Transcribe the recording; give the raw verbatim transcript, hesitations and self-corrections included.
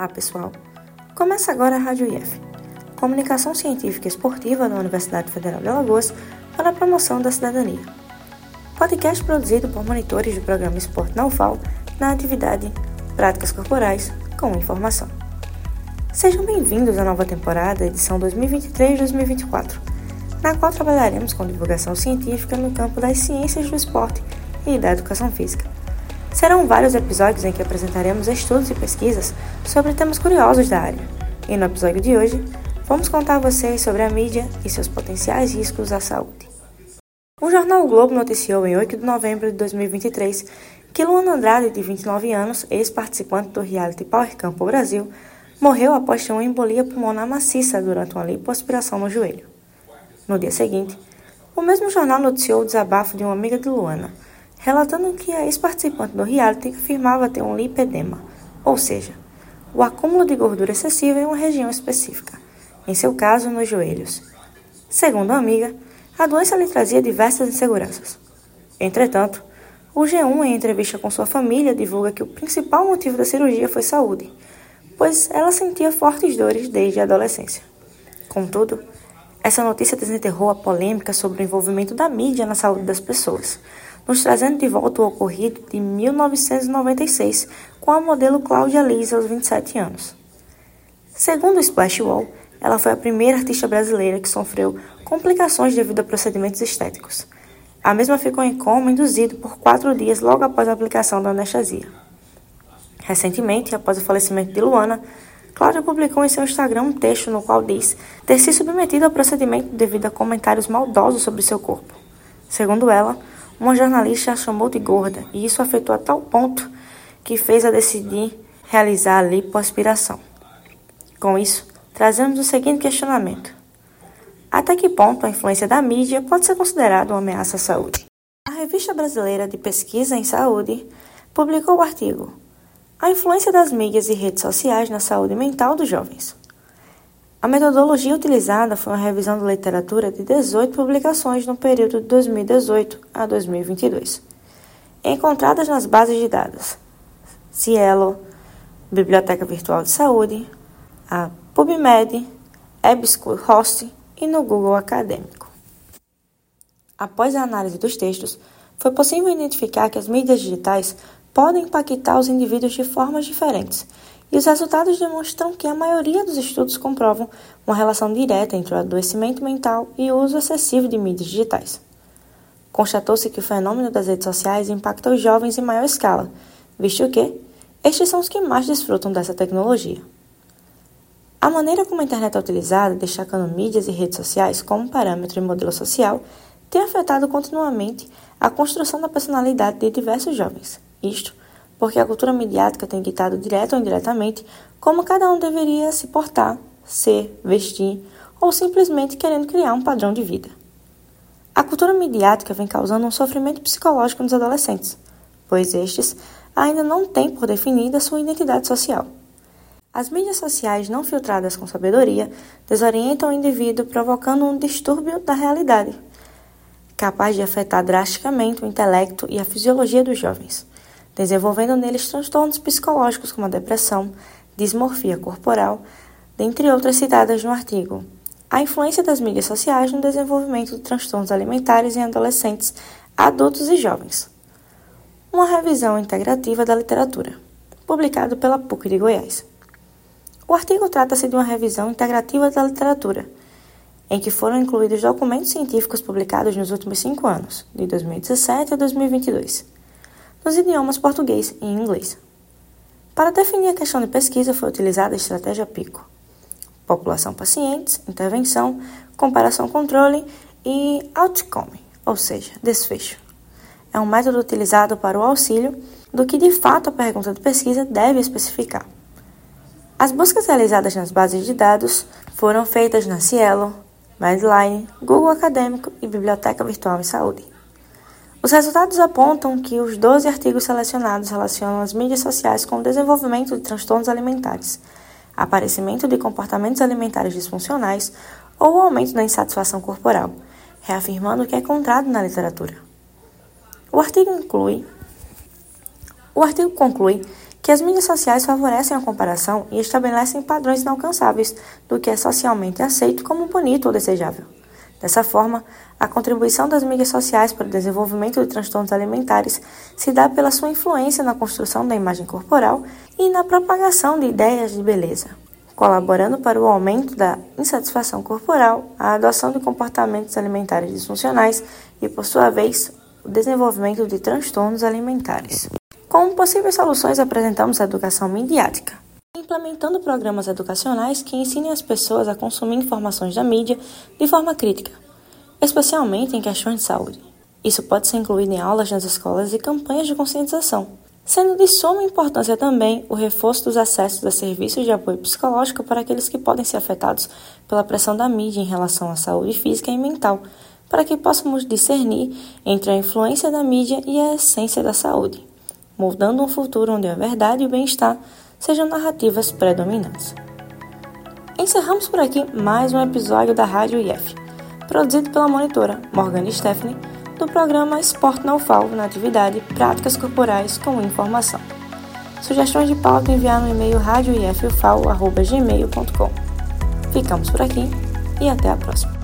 Olá, pessoal! Começa agora a Rádio I F, Comunicação Científica e Esportiva da Universidade Federal de Alagoas para a promoção da cidadania. Podcast produzido por monitores do programa Esporte na U F A L na atividade Práticas Corporais com Informação. Sejam bem-vindos à nova temporada, edição dois mil e vinte e três dois mil e vinte e quatro, na qual trabalharemos com divulgação científica no campo das ciências do esporte e da educação física. Serão vários episódios em que apresentaremos estudos e pesquisas sobre temas curiosos da área. E no episódio de hoje, vamos contar a vocês sobre a mídia e seus potenciais riscos à saúde. O jornal o Globo noticiou em oito de novembro de dois mil e vinte e três que Luana Andrade, de vinte e nove anos, ex-participante do reality Power Campo Brasil, morreu após ter uma embolia pulmonar maciça durante uma lipoaspiração no joelho. No dia seguinte, o mesmo jornal noticiou o desabafo de uma amiga de Luana, relatando que a ex-participante do reality afirmava ter um lipedema, ou seja, o acúmulo de gordura excessiva em uma região específica, em seu caso nos joelhos. Segundo a amiga, a doença lhe trazia diversas inseguranças. Entretanto, o G um, em entrevista com sua família, divulga que o principal motivo da cirurgia foi saúde, pois ela sentia fortes dores desde a adolescência. Contudo, essa notícia desenterrou a polêmica sobre o envolvimento da mídia na saúde das pessoas, nos trazendo de volta o ocorrido de mil novecentos e noventa e seis com a modelo Cláudia Liz aos vinte e sete anos. Segundo o Splash Wall, ela foi a primeira artista brasileira que sofreu complicações devido a procedimentos estéticos. A mesma ficou em coma induzido por quatro dias logo após a aplicação da anestesia. Recentemente, após o falecimento de Luana, Cláudia publicou em seu Instagram um texto no qual diz ter se submetido ao procedimento devido a comentários maldosos sobre seu corpo. Segundo ela, uma jornalista a chamou de gorda e isso afetou a tal ponto que fez a decidir realizar a lipoaspiração. Com isso, trazemos o seguinte questionamento: até que ponto a influência da mídia pode ser considerada uma ameaça à saúde? A Revista Brasileira de Pesquisa em Saúde publicou o artigo A influência das mídias e redes sociais na saúde mental dos jovens. A metodologia utilizada foi uma revisão da literatura de dezoito publicações no período de dois mil e dezoito a dois mil e vinte e dois, encontradas nas bases de dados Cielo, Biblioteca Virtual de Saúde, a PubMed, EBSCOhost e no Google Acadêmico. Após a análise dos textos, foi possível identificar que as mídias digitais podem impactar os indivíduos de formas diferentes, e os resultados demonstram que a maioria dos estudos comprovam uma relação direta entre o adoecimento mental e o uso excessivo de mídias digitais. Constatou-se que o fenômeno das redes sociais impacta os jovens em maior escala, visto que estes são os que mais desfrutam dessa tecnologia. A maneira como a internet é utilizada, destacando mídias e redes sociais como parâmetro e modelo social, tem afetado continuamente a construção da personalidade de diversos jovens. Isto porque a cultura midiática tem ditado direto ou indiretamente como cada um deveria se portar, ser, vestir ou simplesmente querendo criar um padrão de vida. A cultura midiática vem causando um sofrimento psicológico nos adolescentes, pois estes ainda não têm por definida sua identidade social. As mídias sociais não filtradas com sabedoria desorientam o indivíduo, provocando um distúrbio da realidade, capaz de afetar drasticamente o intelecto e a fisiologia dos jovens, desenvolvendo neles transtornos psicológicos como a depressão, dismorfia corporal, dentre outras citadas no artigo A influência das mídias sociais no desenvolvimento de transtornos alimentares em adolescentes, adultos e jovens. Uma revisão integrativa da literatura, publicado pela P U C de Goiás. O artigo trata-se de uma revisão integrativa da literatura, em que foram incluídos documentos científicos publicados nos últimos cinco anos, de dois mil e dezessete a dois mil e vinte e dois. Nos idiomas português e inglês. Para definir a questão de pesquisa foi utilizada a estratégia PICO: população pacientes, intervenção, comparação controle e outcome, ou seja, desfecho. É um método utilizado para o auxílio do que de fato a pergunta de pesquisa deve especificar. As buscas realizadas nas bases de dados foram feitas na Cielo, Medline, Google Acadêmico e Biblioteca Virtual em Saúde. Os resultados apontam que os doze artigos selecionados relacionam as mídias sociais com o desenvolvimento de transtornos alimentares, aparecimento de comportamentos alimentares disfuncionais ou o aumento da insatisfação corporal, reafirmando o que é encontrado na literatura. O artigo inclui, o artigo conclui que as mídias sociais favorecem a comparação e estabelecem padrões inalcançáveis do que é socialmente aceito como bonito ou desejável. Dessa forma, a contribuição das mídias sociais para o desenvolvimento de transtornos alimentares se dá pela sua influência na construção da imagem corporal e na propagação de ideias de beleza, colaborando para o aumento da insatisfação corporal, a adoção de comportamentos alimentares disfuncionais e, por sua vez, o desenvolvimento de transtornos alimentares. Como possíveis soluções, apresentamos a educação midiática, implementando programas educacionais que ensinem as pessoas a consumir informações da mídia de forma crítica, especialmente em questões de saúde. Isso pode ser incluído em aulas nas escolas e campanhas de conscientização, sendo de suma importância também o reforço dos acessos a serviços de apoio psicológico para aqueles que podem ser afetados pela pressão da mídia em relação à saúde física e mental, para que possamos discernir entre a influência da mídia e a essência da saúde, moldando um futuro onde a verdade e o bem-estar sejam narrativas predominantes. Encerramos por aqui mais um episódio da Rádio I F, produzido pela monitora Morgana Stephanie, do programa Esporte na U F A L na atividade Práticas Corporais com Informação. Sugestões de pauta enviar no e-mail rádio i f u f a l arroba gmail ponto com. Ficamos por aqui e até a próxima.